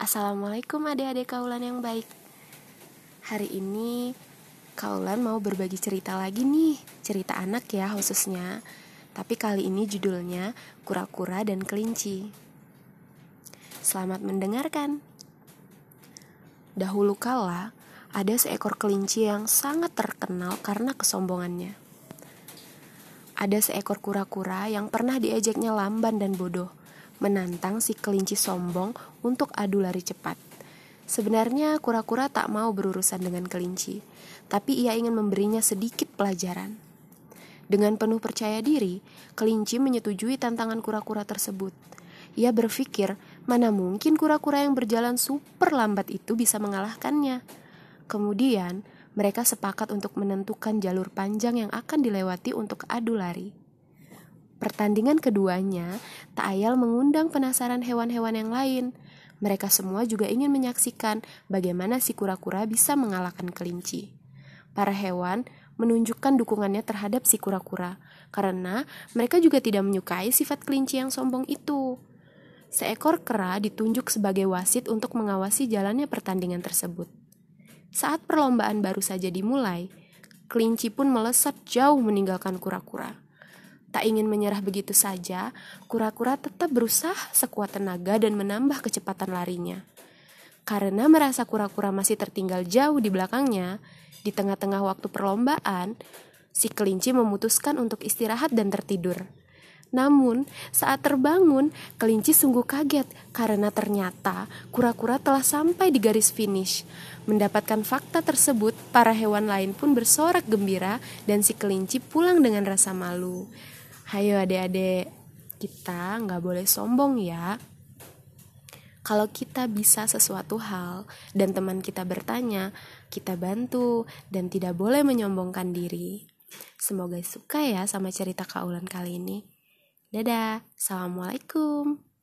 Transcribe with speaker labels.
Speaker 1: Assalamualaikum adik-adik Kaulan yang baik. Hari ini Kaulan mau berbagi cerita lagi nih. Cerita anak ya khususnya. Tapi kali ini judulnya Kura-kura dan Kelinci. Selamat mendengarkan. Dahulu kala ada seekor kelinci yang sangat terkenal karena kesombongannya. Ada seekor kura-kura yang pernah diajaknya lamban dan bodoh, menantang si kelinci sombong untuk adu lari cepat. Sebenarnya kura-kura tak mau berurusan dengan kelinci, tapi ia ingin memberinya sedikit pelajaran. Dengan penuh percaya diri, kelinci menyetujui tantangan kura-kura tersebut. Ia berpikir, mana mungkin kura-kura yang berjalan super lambat itu bisa mengalahkannya. Kemudian, mereka sepakat untuk menentukan jalur panjang yang akan dilewati untuk adu lari. Pertandingan keduanya, tak ayal mengundang penasaran hewan-hewan yang lain. Mereka semua juga ingin menyaksikan bagaimana si kura-kura bisa mengalahkan kelinci. Para hewan menunjukkan dukungannya terhadap si kura-kura, karena mereka juga tidak menyukai sifat kelinci yang sombong itu. Seekor kera ditunjuk sebagai wasit untuk mengawasi jalannya pertandingan tersebut. Saat perlombaan baru saja dimulai, kelinci pun melesat jauh meninggalkan kura-kura. Tak ingin menyerah begitu saja, kura-kura tetap berusaha sekuat tenaga dan menambah kecepatan larinya. Karena merasa kura-kura masih tertinggal jauh di belakangnya, di tengah-tengah waktu perlombaan, si kelinci memutuskan untuk istirahat dan tertidur. Namun, saat terbangun, kelinci sungguh kaget karena ternyata kura-kura telah sampai di garis finish. Mendapatkan fakta tersebut, para hewan lain pun bersorak gembira dan si kelinci pulang dengan rasa malu. Hayo adik-adik, kita nggak boleh sombong ya. Kalau kita bisa sesuatu hal dan teman kita bertanya, kita bantu dan tidak boleh menyombongkan diri. Semoga suka ya sama cerita Kaulan kali ini. Dadah, assalamualaikum.